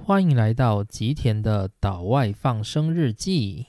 欢迎来到吉田的岛外放生日记。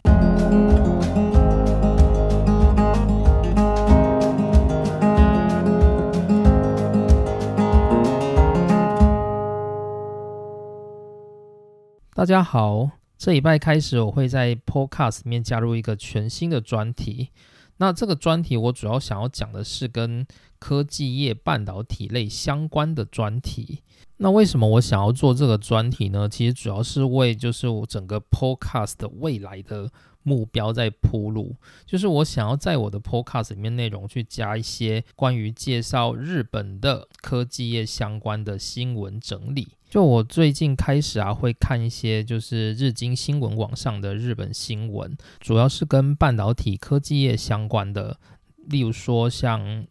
大家好，这礼拜开始我会在 Podcast 里面加入一个全新的专题。那这个专题我主要想要讲的是跟科技业半导体类相关的专题。那为什么我想要做这个专题呢？其实主要是为就是我整个 Podcast 的未来的目标在铺路，就是我想要在我的 Podcast 里面内容去加一些关于介绍日本的科技业相关的新闻整理。就我最近开始会看一些就是日经新闻网上的日本新闻，主要是跟半导体科技业相关的，例如说像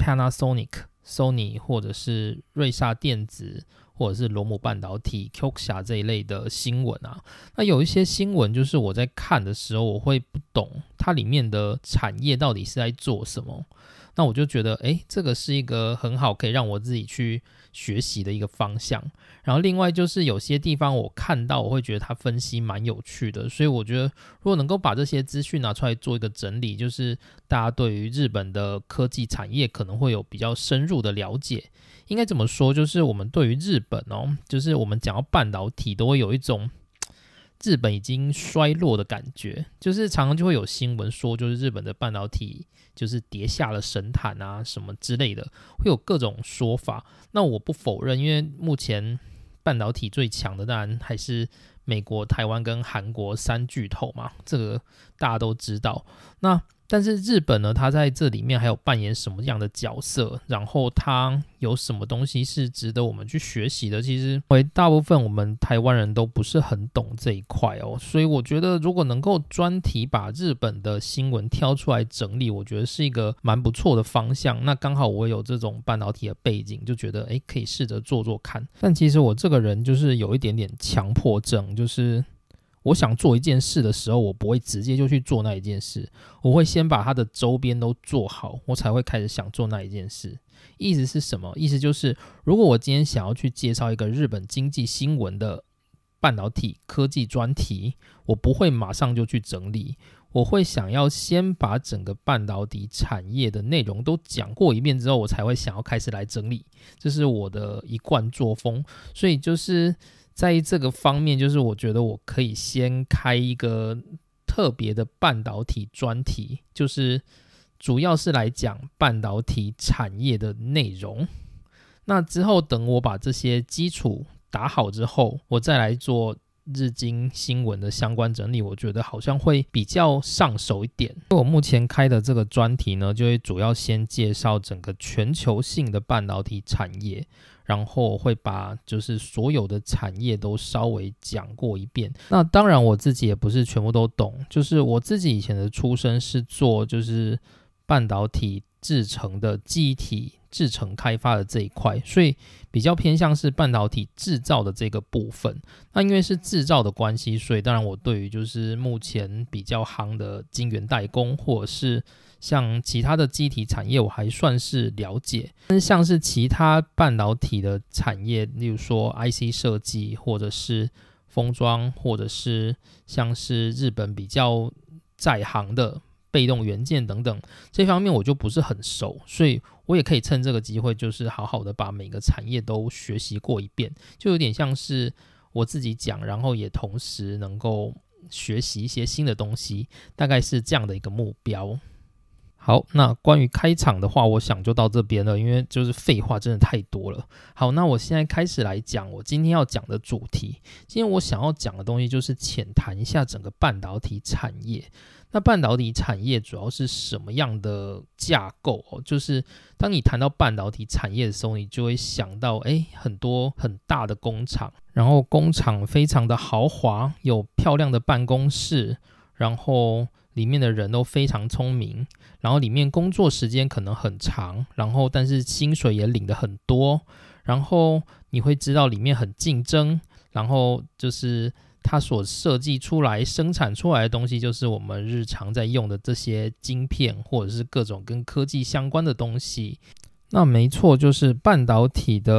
Panasonic、Sony 或者是瑞萨电子或者是罗姆半导体、Kioxia 这一类的新闻啊。那有一些新闻就是我在看的时候我会不懂它里面的产业到底是在做什么，那我就觉得这个是一个很好可以让我自己去学习的一个方向。然后另外就是有些地方我看到我会觉得它分析蛮有趣的，所以我觉得如果能够把这些资讯拿出来做一个整理，就是大家对于日本的科技产业可能会有比较深入的了解。应该怎么说，就是我们对于日本就是我们讲到半导体都会有一种日本已经衰落的感觉，就是常常就会有新闻说就是日本的半导体就是跌下了神坛啊什么之类的，会有各种说法。那我不否认，因为目前半导体最强的当然还是美国、台湾跟韩国三巨头嘛，这个大家都知道。但是日本呢，它在这里面还有扮演什么样的角色，然后它有什么东西是值得我们去学习的，其实大部分我们台湾人都不是很懂这一块所以我觉得如果能够专题把日本的新闻挑出来整理，我觉得是一个蛮不错的方向。那刚好我有这种半导体的背景，就觉得可以试着做做看。但其实我这个人就是有一点点强迫症，就是我想做一件事的时候，我不会直接就去做那一件事，我会先把它的周边都做好，我才会开始想做那一件事。意思是什么？意思就是如果我今天想要去介绍一个日本经济新闻的半导体科技专题，我不会马上就去整理，我会想要先把整个半导体产业的内容都讲过一遍之后，我才会想要开始来整理，这是我的一贯作风。所以就是在这个方面，就是我觉得我可以先开一个特别的半导体专题，就是主要是来讲半导体产业的内容。那之后等我把这些基础打好之后，我再来做日经新闻的相关整理，我觉得好像会比较上手一点。我目前开的这个专题呢，就会主要先介绍整个全球性的半导体产业，然后会把就是所有的产业都稍微讲过一遍。那当然我自己也不是全部都懂，就是我自己以前的出身是做就是半导体制成的记忆体制成开发的这一块，所以比较偏向是半导体制造的这个部分。那因为是制造的关系，所以当然我对于就是目前比较夯的晶圆代工或者是像其他的记忆体产业我还算是了解，但是像是其他半导体的产业，例如说 IC 设计或者是封装，或者是像是日本比较在行的被动元件等等，这方面我就不是很熟，所以我也可以趁这个机会就是好好的把每个产业都学习过一遍，就有点像是我自己讲，然后也同时能够学习一些新的东西，大概是这样的一个目标。好，那关于开场的话，我想就到这边了，因为就是废话真的太多了。好，那我现在开始来讲我今天要讲的主题。今天我想要讲的东西就是浅谈一下整个半导体产业。那半导体产业主要是什么样的架构就是当你谈到半导体产业的时候，你就会想到很多很大的工厂，然后工厂非常的豪华，有漂亮的办公室，然后里面的人都非常聪明，然后里面工作时间可能很长，然后但是薪水也领得很多，然后你会知道里面很竞争，然后就是它所设计出来生产出来的东西就是我们日常在用的这些晶片或者是各种跟科技相关的东西。那没错，就是半导体的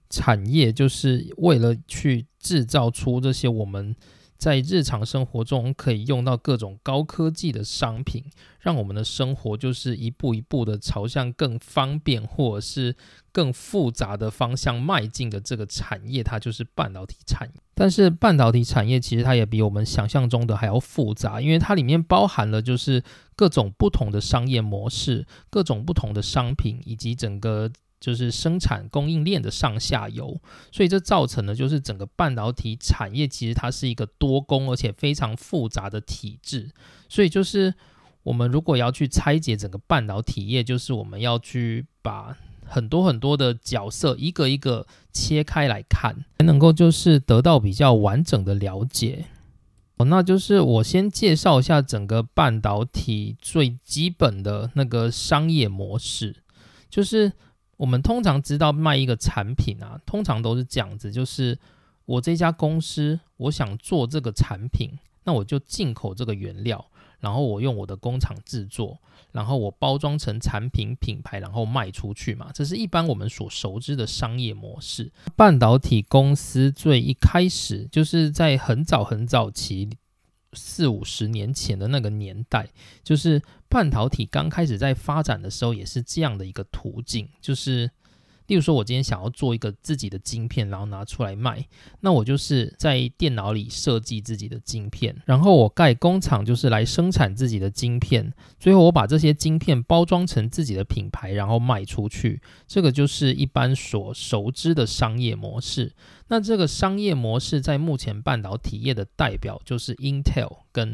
产业就是为了去制造出这些我们在日常生活中可以用到各种高科技的商品，让我们的生活就是一步一步的朝向更方便或者是更复杂的方向迈进的这个产业，它就是半导体产业。但是半导体产业其实它也比我们想象中的还要复杂，因为它里面包含了就是各种不同的商业模式，各种不同的商品，以及整个就是生产供应链的上下游，所以这造成的就是整个半导体产业其实它是一个多工而且非常复杂的体制。所以就是我们如果要去拆解整个半导体业，就是我们要去把很多很多的角色一个一个切开来看，才能够就是得到比较完整的了解。那就是我先介绍一下整个半导体最基本的那个商业模式，就是我们通常知道卖一个产品啊，通常都是这样子，就是我这家公司我想做这个产品，那我就进口这个原料，然后我用我的工厂制作，然后我包装成产品品牌，然后卖出去嘛，这是一般我们所熟知的商业模式。半导体公司最一开始就是在很早很早期40-50年前的那个年代，就是半导体刚开始在发展的时候也是这样的一个途径，就是例如说我今天想要做一个自己的晶片，然后拿出来卖，那我就是在电脑里设计自己的晶片，然后我盖工厂就是来生产自己的晶片，最后我把这些晶片包装成自己的品牌，然后卖出去，这个就是一般所熟知的商业模式。那这个商业模式在目前半导体业的代表就是 Intel 跟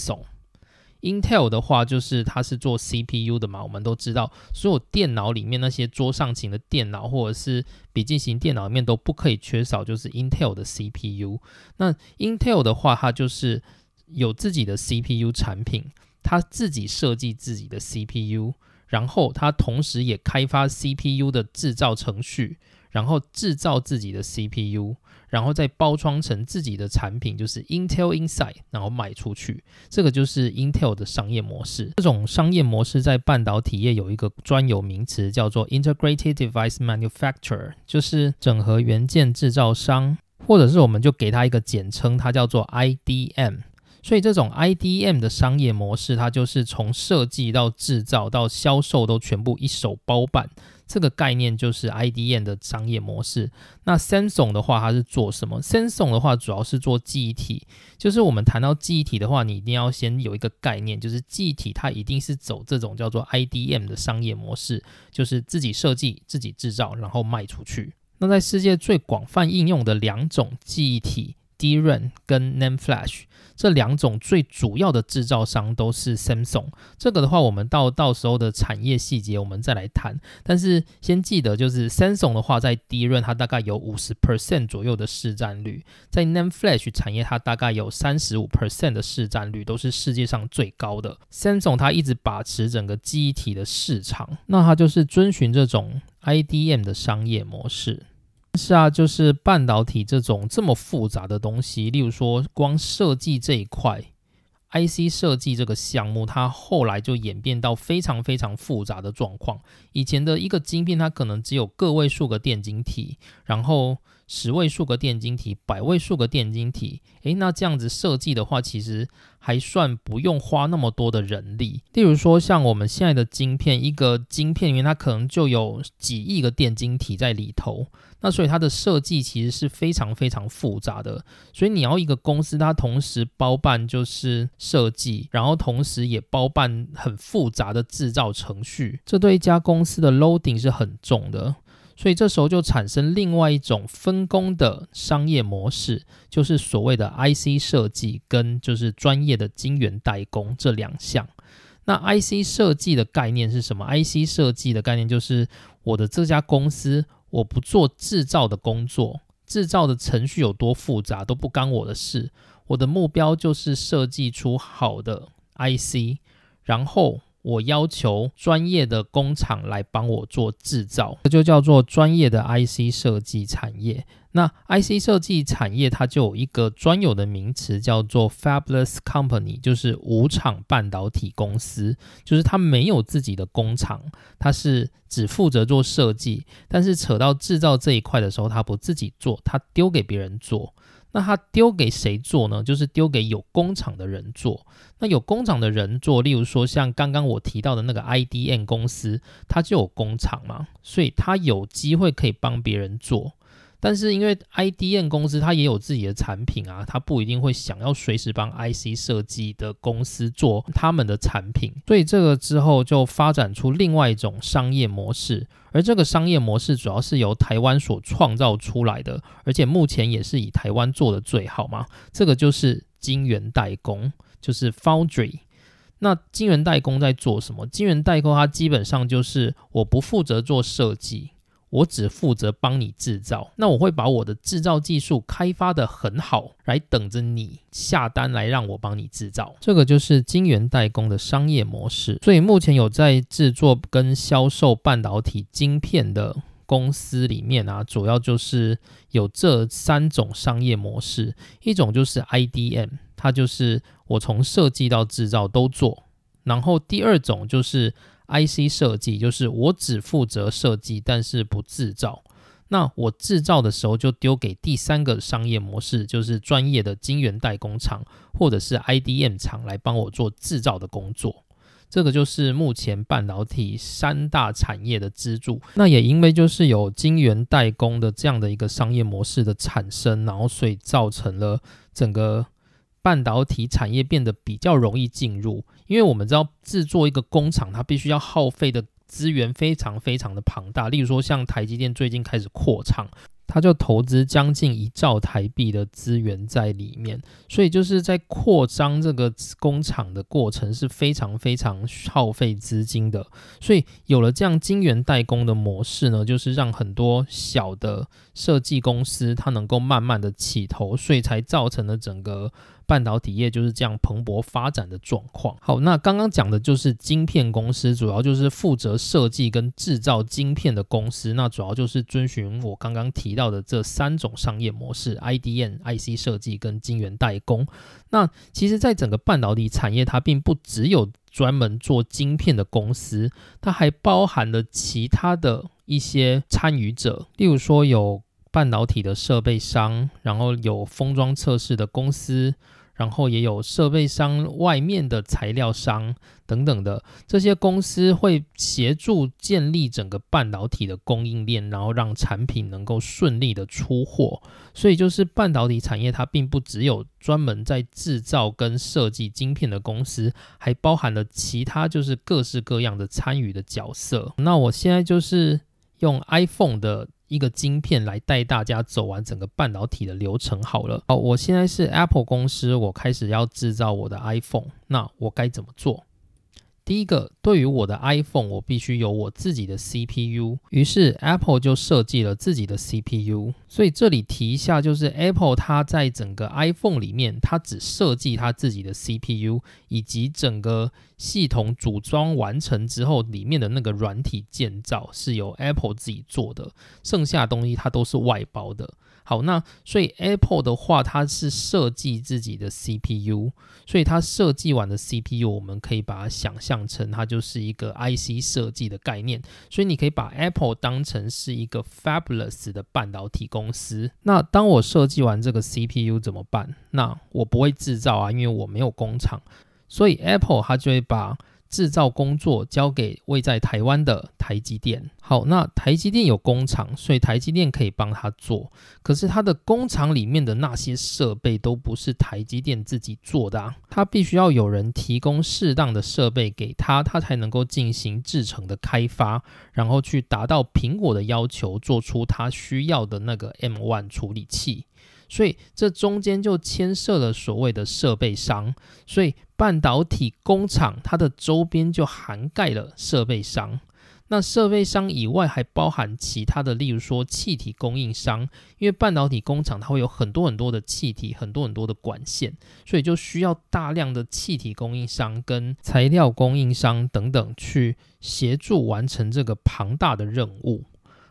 Samsung。Intel 的话就是它是做 CPU 的嘛，我们都知道所有电脑里面那些桌上型的电脑或者是笔记型电脑里面都不可以缺少就是 Intel 的 CPU。 那 Intel 的话它就是有自己的 CPU 产品，它自己设计自己的 CPU， 然后它同时也开发 CPU 的制造程序，然后制造自己的 CPU， 然后再包装成自己的产品，就是 Intel Inside， 然后卖出去。这个就是 Intel 的商业模式。这种商业模式在半导体业有一个专有名词叫做 Integrated Device Manufacturer， 就是整合元件制造商，或者是我们就给它一个简称，它叫做 IDM。所以这种 IDM 的商业模式，它就是从设计到制造到销售都全部一手包办，这个概念就是 IDM 的商业模式。那 Samsung 的话它是做什么？ Samsung 的话主要是做记忆体，就是我们谈到记忆体的话，你一定要先有一个概念，就是记忆体它一定是走这种叫做 IDM 的商业模式，就是自己设计自己制造然后卖出去。那在世界最广泛应用的两种记忆体DRAM 跟 NAND Flash， 这两种最主要的制造商都是 Samsung。 这个的话我们到时候的产业细节我们再来谈，但是先记得就是 Samsung 的话在 DRAM 它大概有 50% 左右的市占率，在 NAND Flash 产业它大概有 35% 的市占率，都是世界上最高的。 Samsung 它一直把持整个记忆体的市场，那它就是遵循这种 IDM 的商业模式。是啊，就是半导体这种这么复杂的东西，例如说光设计这一块 IC 设计这个项目，它后来就演变到非常非常复杂的状况。以前的一个晶片它可能只有个位数个电晶体，然后10位数个电晶体，100位数个电晶体，那这样子设计的话其实还算不用花那么多的人力。例如说像我们现在的晶片，一个晶片里面它可能就有几亿个电晶体在里头，那所以它的设计其实是非常非常复杂的。所以你要一个公司它同时包办就是设计，然后同时也包办很复杂的制造程序，这对一家公司的 loading 是很重的。所以这时候就产生另外一种分工的商业模式，就是所谓的 IC 设计跟就是专业的晶圆代工这两项。那 IC 设计的概念是什么？ IC 设计的概念就是我的这家公司我不做制造的工作，制造的程序有多复杂都不干我的事，我的目标就是设计出好的 IC， 然后我要求专业的工厂来帮我做制造，这就叫做专业的 IC 设计产业。 那 IC 设计产业它就有一个专有的名词叫做 Fabless Company， 就是无厂半导体公司，就是它没有自己的工厂，它是只负责做设计，但是扯到制造这一块的时候，它不自己做，它丢给别人做。那它丢给谁做呢？就是丢给有工厂的人做。那有工厂的人做，例如说像刚刚我提到的那个 IDM 公司，它就有工厂嘛，所以它有机会可以帮别人做。但是因为 IDM 公司它也有自己的产品啊，它不一定会想要随时帮 IC 设计的公司做他们的产品，所以这个之后就发展出另外一种商业模式，而这个商业模式主要是由台湾所创造出来的，而且目前也是以台湾做的最好嘛，这个就是晶圆代工，就是 Foundry。那晶圆代工在做什么？晶圆代工它基本上就是我不负责做设计，我只负责帮你制造，那我会把我的制造技术开发得很好，来等着你下单来让我帮你制造。这个就是晶圆代工的商业模式。所以目前有在制作跟销售半导体晶片的公司里面啊，主要就是有这3种商业模式。一种就是 IDM， 它就是我从设计到制造都做。然后第二种就是IC 设计，就是我只负责设计，但是不制造。那我制造的时候就丢给第3个商业模式，就是专业的晶圆代工厂或者是 IDM 厂来帮我做制造的工作。这个就是目前半导体3大产业的支柱。那也因为就是有晶圆代工的这样的一个商业模式的产生，然后所以造成了整个半导体产业变得比较容易进入。因为我们知道制作一个工厂它必须要耗费的资源非常非常的庞大，例如说像台积电最近开始扩厂，他就投资将近1兆台币的资源在里面，所以就是在扩张这个工厂的过程是非常非常耗费资金的。所以有了这样晶圆代工的模式呢，就是让很多小的设计公司它能够慢慢的起头，所以才造成了整个半导体业就是这样蓬勃发展的状况。好，那刚刚讲的就是晶片公司，主要就是负责设计跟制造晶片的公司，那主要就是遵循我刚刚提到的这3种商业模式 IDM、IC 设计跟晶圆代工。那其实在整个半导体产业，它并不只有专门做晶片的公司，它还包含了其他的一些参与者，例如说有半导体的设备商，然后有封装测试的公司，然后也有设备商外面的材料商等等的，这些公司会协助建立整个半导体的供应链，然后让产品能够顺利的出货。所以就是半导体产业它并不只有专门在制造跟设计晶片的公司，还包含了其他就是各式各样的参与的角色。那我现在就是用 iPhone 的一个晶片来带大家走完整个半导体的流程好了。好，我现在是 Apple 公司，我开始要制造我的 iPhone， 那我该怎么做？第一个，对于我的 iPhone， 我必须有我自己的 CPU， 于是 Apple 就设计了自己的 CPU。 所以这里提一下，就是 Apple 它在整个 iPhone 里面，它只设计它自己的 CPU， 以及整个系统组装完成之后里面的那个软体建造是由 Apple 自己做的，剩下的东西它都是外包的。好，那所以 Apple 的话，它是设计自己的 CPU， 所以它设计完的 CPU， 我们可以把它想象成它就是一个 IC 设计的概念，所以你可以把 Apple 当成是一个 Fabless 的半导体公司。那当我设计完这个 CPU 怎么办？那我不会制造啊，因为我没有工厂，所以 Apple 它就会把制造工作交给位在台湾的台积电。好，那台积电有工厂，所以台积电可以帮他做，可是他的工厂里面的那些设备都不是台积电自己做的啊，他必须要有人提供适当的设备给他，他才能够进行制程的开发，然后去达到苹果的要求，做出他需要的那个 M1 处理器。所以这中间就牵涉了所谓的设备商，所以半导体工厂它的周边就涵盖了设备商。那设备商以外还包含其他的，例如说气体供应商，因为半导体工厂它会有很多很多的气体，很多很多的管线，所以就需要大量的气体供应商跟材料供应商等等去协助完成这个庞大的任务。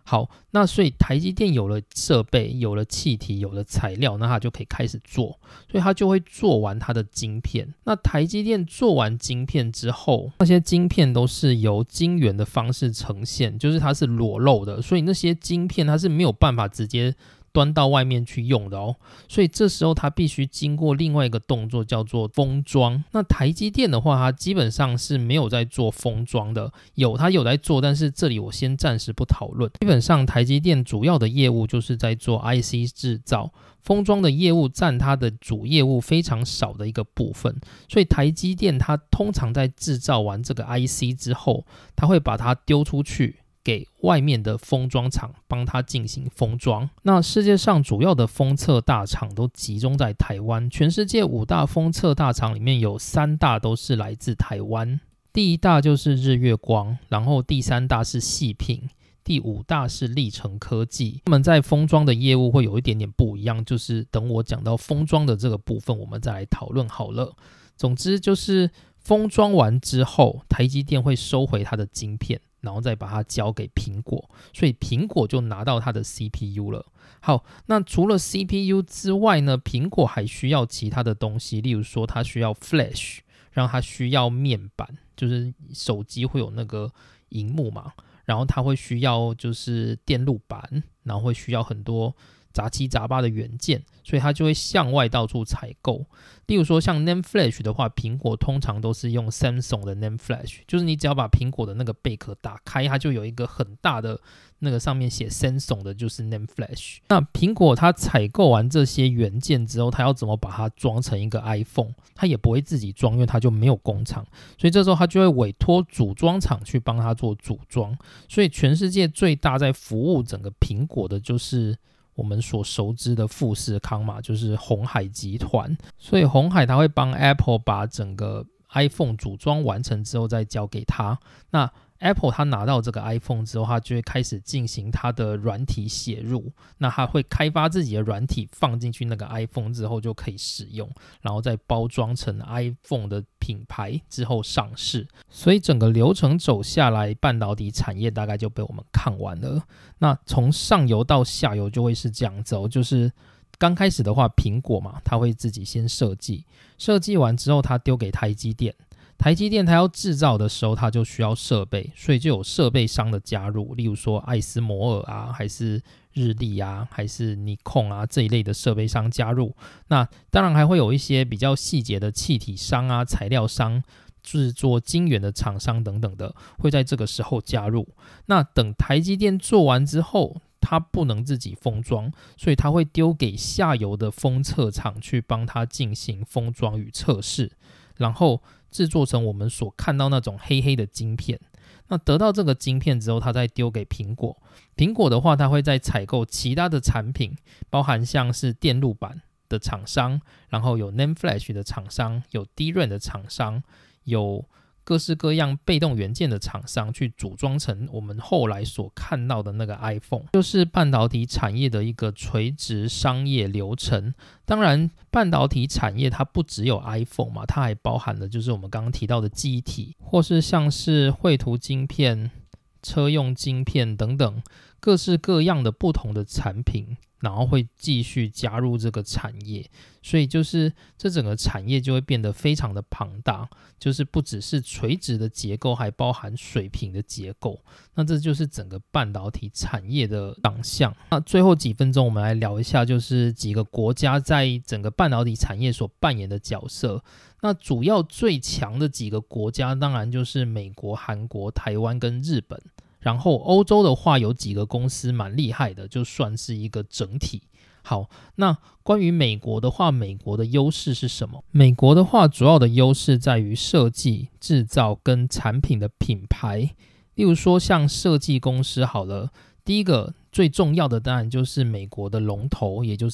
好，那所以台积电有了设备，有了气体，有了材料，那它就可以开始做，所以它就会做完它的晶片。那台积电做完晶片之后，那些晶片都是由晶圆的方式呈现，就是它是裸露的，所以那些晶片它是没有办法直接端到外面去用的哦，所以这时候它必须经过另外一个动作叫做封装。那台积电的话，它基本上是没有在做封装的，它有在做，但是这里我先暂时不讨论。基本上台积电主要的业务就是在做 IC 制造，封装的业务占它的主业务非常少的一个部分，所以台积电它通常在制造完这个 IC 之后，它会把它丢出去给外面的封装厂帮它进行封装。那世界上主要的封测大厂都集中在台湾，全世界5大封测大厂里面有3大都是来自台湾。第1大就是日月光，然后第3大是矽品，第5大是力成科技。他们在封装的业务会有一点点不一样，就是等我讲到封装的这个部分我们再来讨论好了。总之就是封装完之后，台积电会收回它的晶片，然后再把它交给苹果，所以苹果就拿到它的 CPU 了。好，那除了 CPU 之外呢，苹果还需要其他的东西，例如说它需要 Flash， 然后它需要面板，就是手机会有那个萤幕嘛，然后它会需要就是电路板，然后会需要很多杂七杂八的元件，所以它就会向外到处采购。例如说像 NAND Flash 的话，苹果通常都是用 Samsung 的 NAND Flash， 就是你只要把苹果的那个贝壳打开，它就有一个很大的那个上面写 Samsung 的，就是 NAND Flash。那苹果它采购完这些元件之后，它要怎么把它装成一个 iPhone？ 它也不会自己装，因为它就没有工厂，所以这时候它就会委托组装厂去帮它做组装。所以全世界最大在服务整个苹果的就是我们所熟知的富士康嘛，就是鸿海集团。所以鸿海它会帮 Apple 把整个 iPhone 组装完成之后再交给他。那 Apple 它拿到这个 iPhone 之后，它就会开始进行它的软体写入，那它会开发自己的软体放进去那个 iPhone 之后就可以使用，然后再包装成 iPhone 的品牌之后上市。所以整个流程走下来，半导体产业大概就被我们看完了。那从上游到下游就会是这样子哦，就是刚开始的话，苹果嘛，它会自己先设计完之后，它丢给台积电。台积电它要制造的时候，它就需要设备，所以就有设备商的加入，例如说艾斯摩尔啊，还是日立啊，还是尼康啊这一类的设备商加入。那当然还会有一些比较细节的气体商啊、材料商、制作晶圆的厂商等等的，会在这个时候加入。那等台积电做完之后，它不能自己封装，所以它会丢给下游的封测厂去帮它进行封装与测试，然后制作成我们所看到那种黑黑的晶片。那得到这个晶片之后，它再丢给苹果。苹果的话，它会再采购其他的产品，包含像是电路板的厂商，然后有 NAND Flash 的厂商，有 DRAM 的厂商，有各式各样被动元件的厂商去组装成我们后来所看到的那个 iPhone， 就是半导体产业的一个垂直商业流程。当然，半导体产业它不只有 iPhone 嘛，它还包含了就是我们刚刚提到的记忆体，或是像是绘图晶片、车用晶片等等各式各样的不同的产品，然后会继续加入这个产业，所以就是这整个产业就会变得非常的庞大，就是不只是垂直的结构，还包含水平的结构。那这就是整个半导体产业的长相。那最后几分钟我们来聊一下，就是几个国家在整个半导体产业所扮演的角色。那主要最强的几个国家当然就是美国、韩国、台湾跟日本。然后欧洲的话有几个公司蛮厉害的，就算是一个整体。好，那关于美国的话，美国的优势是什么？美国的话主要的优势在于设计、制造跟产品的品牌。例如说像设计公司好了，第一个最重要的当然就是美国的龙头，也就是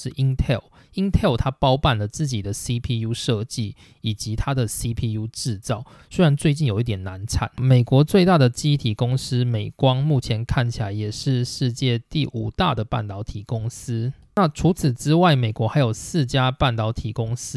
Intel 它包办了自己的 CPU 设计以及它的 CPU 制造，虽然最近有一点难产。美国最大的记忆体公司美光目前看起来也是世界第5大的半导体公司。那除此之外，美国还有4家半导体公司，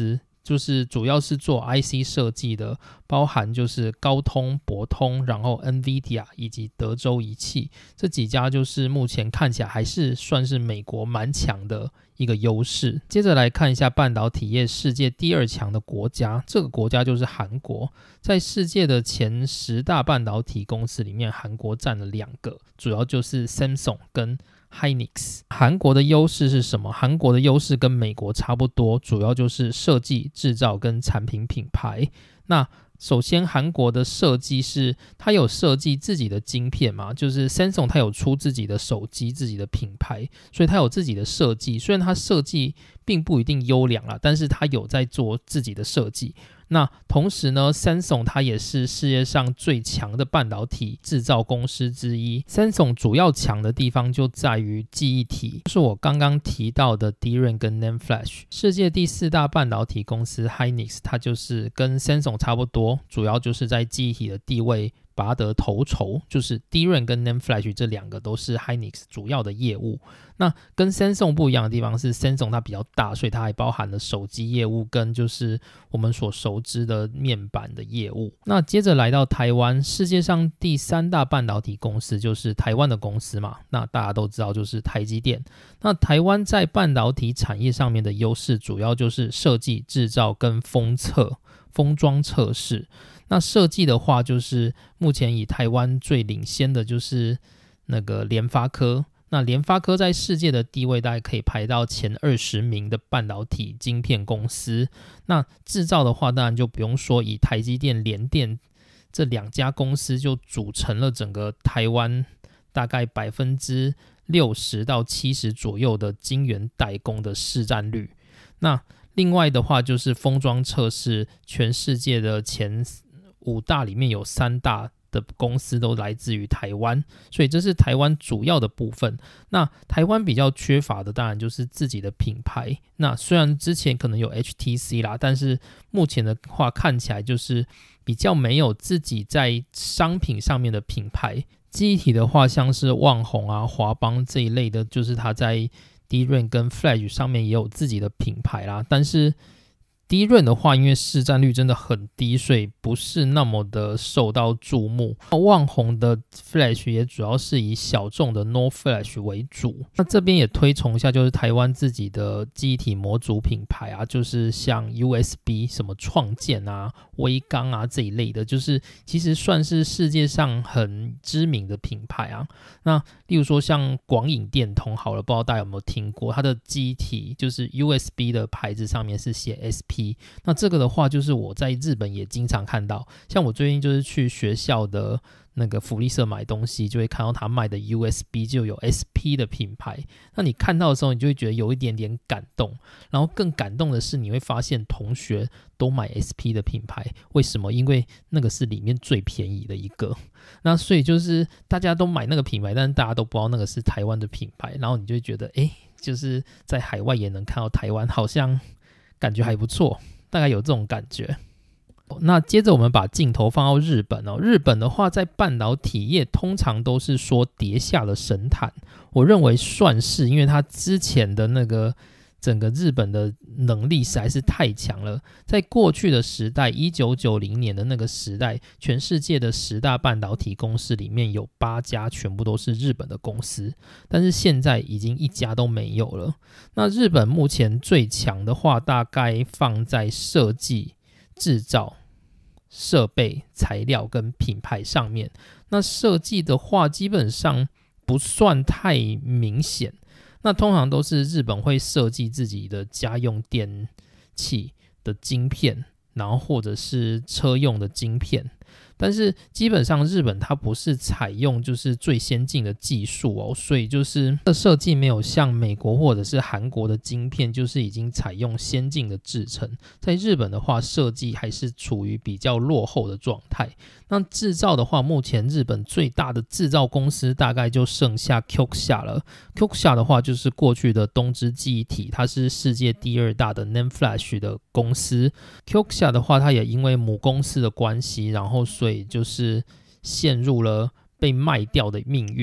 就是主要是做 IC 设计的，包含就是高通、博通，然后 NVIDIA 以及德州仪器这几家，就是目前看起来还是算是美国蛮强的一个优势。接着来看一下半导体业世界第2强的国家，这个国家就是韩国。在世界的前10大半导体公司里面，韩国占了2个，主要就是 Samsung 跟Hynix。 韩国的优势是什么？韩国的优势跟美国差不多，主要就是设计、制造跟产品品牌。那首先韩国的设计是它有设计自己的晶片嘛，就是 Samsung 它有出自己的手机自己的品牌，所以它有自己的设计，虽然它设计并不一定优良啦，但是它有在做自己的设计。那同时呢 Samsung 它也是世界上最强的半导体制造公司之一。 Samsung 主要强的地方就在于记忆体，就是我刚刚提到的 DRAM 跟 NAND Flash。 世界第4大半导体公司 Hynix 它就是跟 Samsung 差不多，主要就是在记忆体的地位拔得头筹，就是 DRAM 跟 NAND Flash 这2个都是 Hynix 主要的业务。那跟 Samsung 不一样的地方是 Samsung 它比较大，所以它还包含了手机业务跟就是我们所熟知的面板的业务。那接着来到台湾，世界上第3大半导体公司就是台湾的公司嘛，那大家都知道就是台积电。那台湾在半导体产业上面的优势主要就是设计、制造跟封装测试。那设计的话，就是目前以台湾最领先的就是那个联发科。那联发科在世界的地位大概可以排到前20名的半导体晶片公司。那制造的话，当然就不用说，以台积电、联电这2家公司就组成了整个台湾大概60%到70%左右的晶圆代工的市占率。那另外的话就是封装测试，全世界的前5大里面有3大的公司都来自于台湾，所以这是台湾主要的部分。那台湾比较缺乏的当然就是自己的品牌，那虽然之前可能有 HTC 啦，但是目前的话看起来就是比较没有自己在商品上面的品牌。记忆体的话，像是旺宏啊、华邦这一类的，就是它在 DRAM 跟 Flash 上面也有自己的品牌啦，但是DRAM 的话，因为市占率真的很低，所以不是那么的受到注目。旺宏的 Flash 也主要是以小众的 NOR Flash 为主。那这边也推崇一下，就是台湾自己的记忆体模组品牌啊，就是像 USB 什么创建啊、微刚啊这一类的，就是其实算是世界上很知名的品牌啊。那例如说像广影电通好了，不知道大家有没有听过，它的记忆体就是 USB 的牌子上面是写 SP。那这个的话，就是我在日本也经常看到，像我最近就是去学校的那个福利社买东西，就会看到他卖的 USB 就有 SP 的品牌。那你看到的时候，你就会觉得有一点点感动。然后更感动的是，你会发现同学都买 SP 的品牌，为什么？因为那个是里面最便宜的一个。那所以就是大家都买那个品牌，但是大家都不知道那个是台湾的品牌。然后你就会觉得，就是在海外也能看到台湾，好像感觉还不错，大概有这种感觉。那接着我们把镜头放到日本哦。日本的话，在半导体业通常都是说跌下了神坛，我认为算是，因为它之前的那个整个日本的能力实在是太强了。在过去的时代，1990年的那个时代，全世界的10大半导体公司里面有8家全部都是日本的公司，但是现在已经1家都没有了。那日本目前最强的话，大概放在设计、制造、设备、材料跟品牌上面。那设计的话，基本上不算太明显。那通常都是日本会设计自己的家用电器的晶片，然后或者是车用的晶片。但是基本上日本它不是采用就是最先进的技术哦，所以就是设计没有像美国或者是韩国的晶片就是已经采用先进的制程。在日本的话，设计还是处于比较落后的状态。那制造的话，目前日本最大的制造公司大概就剩下 Kioxia 了。Kioxia 的话就是过去的东芝记忆体，它是世界第2大的 NAND Flash 的公司。Kioxia 的话，它也因为母公司的关系，然后所以就是陷入了被卖掉的命运。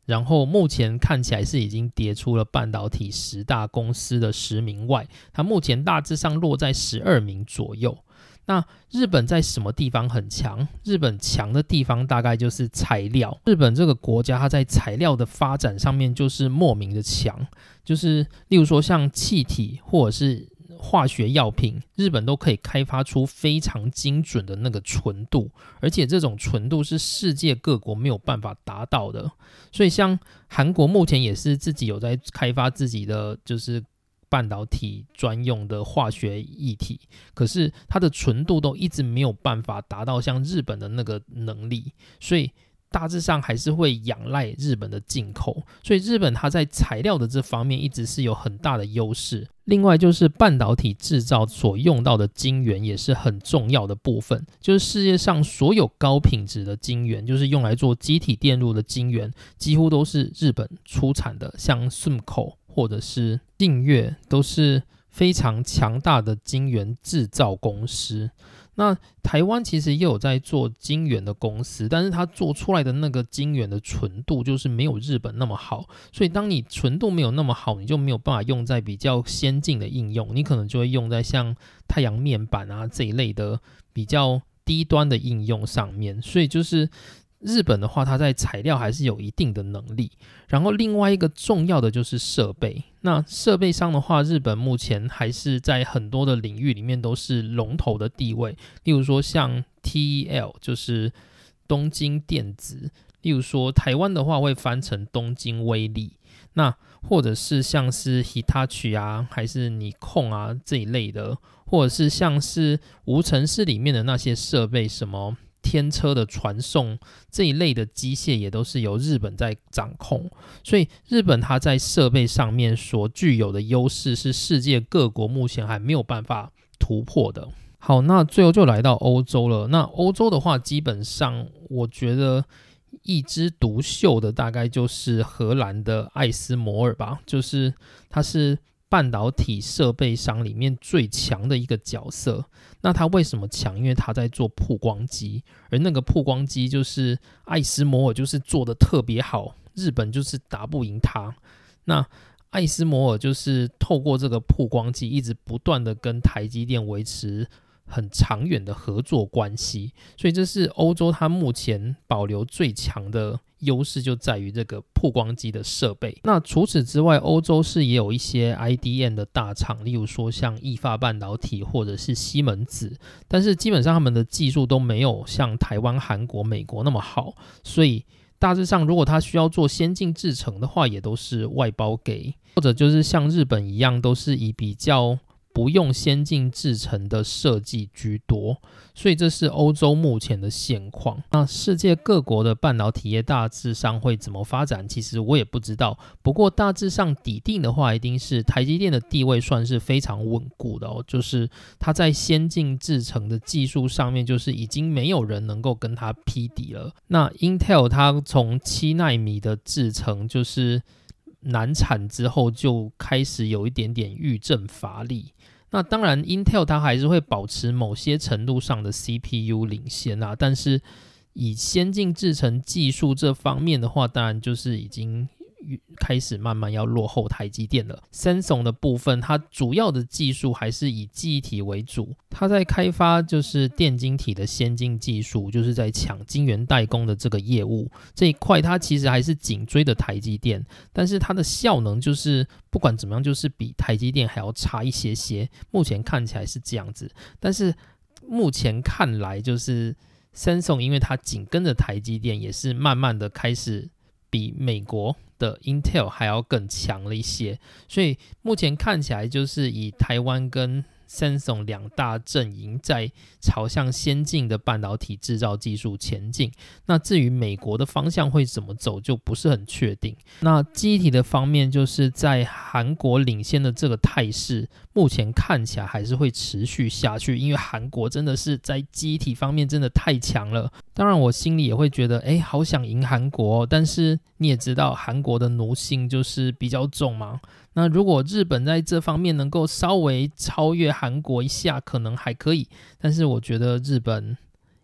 然后目前看起来是已经跌出了半导体10大公司的10名外，它目前大致上落在12名左右。那日本在什么地方很强？日本强的地方大概就是材料。日本这个国家它在材料的发展上面就是莫名的强，就是例如说像气体或者是化学药品，日本都可以开发出非常精准的那个纯度，而且这种纯度是世界各国没有办法达到的。所以像韩国目前也是自己有在开发自己的就是半导体专用的化学液体，可是它的纯度都一直没有办法达到像日本的那个能力，所以大致上还是会仰赖日本的进口，所以日本它在材料的这方面一直是有很大的优势。另外就是半导体制造所用到的晶圆也是很重要的部分，就是世界上所有高品质的晶圆，就是用来做机体电路的晶圆，几乎都是日本出产的，像SUMCO或者是劲月都是非常强大的晶圆制造公司。那台湾其实也有在做晶圆的公司，但是它做出来的那个晶圆的纯度就是没有日本那么好，所以当你纯度没有那么好，你就没有办法用在比较先进的应用，你可能就会用在像太阳面板啊这一类的比较低端的应用上面。所以就是日本的话，它在材料还是有一定的能力。然后另外一个重要的就是设备，那设备上的话，日本目前还是在很多的领域里面都是龙头的地位，例如说像 TEL 就是东京电子，例如说台湾的话会翻成东京威力，那或者是像是 Hitachi 啊还是Nikon 啊这一类的，或者是像是无尘室里面的那些设备，什么天车的传送这一类的机械也都是由日本在掌控，所以日本它在设备上面所具有的优势是世界各国目前还没有办法突破的。好，那最后就来到欧洲了。那欧洲的话，基本上我觉得一枝独秀的大概就是荷兰的艾斯摩尔吧，就是它是半导体设备商里面最强的一个角色。那它为什么强？因为它在做曝光机，而那个曝光机就是艾斯摩尔就是做的特别好，日本就是打不赢它。那艾斯摩尔就是透过这个曝光机一直不断的跟台积电维持很长远的合作关系，所以这是欧洲它目前保留最强的优势，就在于这个曝光机的设备。那除此之外，欧洲是也有一些 IDM 的大厂，例如说像意法半导体或者是西门子，但是基本上他们的技术都没有像台湾、韩国、美国那么好，所以大致上如果他需要做先进制程的话，也都是外包给，或者就是像日本一样，都是以比较不用先进制程的设计居多，所以这是欧洲目前的现况。那世界各国的半导体业大致上会怎么发展，其实我也不知道。不过大致上底定的话，一定是台积电的地位算是非常稳固的哦，就是它在先进制程的技术上面，就是已经没有人能够跟它匹敌了。那 Intel 它从7奈米的制程就是难产之后，就开始有一点点欲振乏力。那当然 Intel 它还是会保持某些程度上的 CPU 领先啊，但是以先进制程技术这方面的话，当然就是已经开始慢慢要落后台积电了。Samsung 的部分，它主要的技术还是以记忆体为主，它在开发就是电晶体的先进技术，就是在抢晶圆代工的这个业务这一块，它其实还是紧追的台积电，但是它的效能就是不管怎么样，就是比台积电还要差一些些。目前看起来是这样子，但是目前看来就是 Samsung 因为它紧跟着台积电，也是慢慢的开始比美国的 Intel 还要更强了一些，所以目前看起来就是以台湾跟 Samsung 两大阵营在朝向先进的半导体制造技术前进。那至于美国的方向会怎么走，就不是很确定。那记忆体的方面，就是在韩国领先的这个态势，目前看起来还是会持续下去，因为韩国真的是在记忆体方面真的太强了。当然我心里也会觉得好想赢韩国但是你也知道韩国的奴性就是比较重嘛。那如果日本在这方面能够稍微超越韩国一下，可能还可以，但是我觉得日本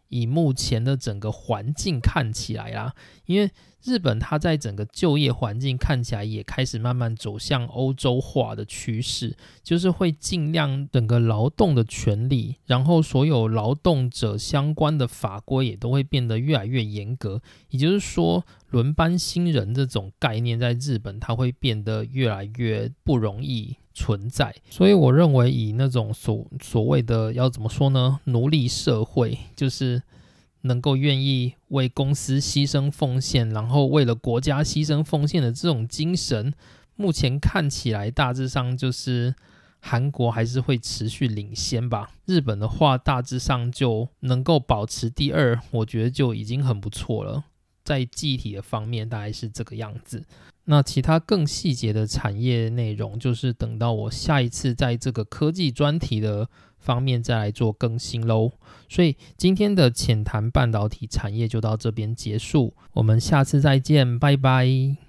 以目前的整个环境看起来啦，因为日本它在整个就业环境看起来也开始慢慢走向欧洲化的趋势，就是会尽量整个劳动的权利，然后所有劳动者相关的法规也都会变得越来越严格，也就是说轮班新人这种概念在日本它会变得越来越不容易存在。所以我认为以那种所谓的要怎么说呢，奴隶社会，就是能够愿意为公司牺牲奉献，然后为了国家牺牲奉献的这种精神，目前看起来大致上就是韩国还是会持续领先吧。日本的话大致上就能够保持第二，我觉得就已经很不错了。在记忆体的方面大概是这个样子。那其他更细节的产业内容，就是等到我下一次在这个科技专题的方面再来做更新咯。所以今天的浅谈半导体产业就到这边结束，我们下次再见，拜拜。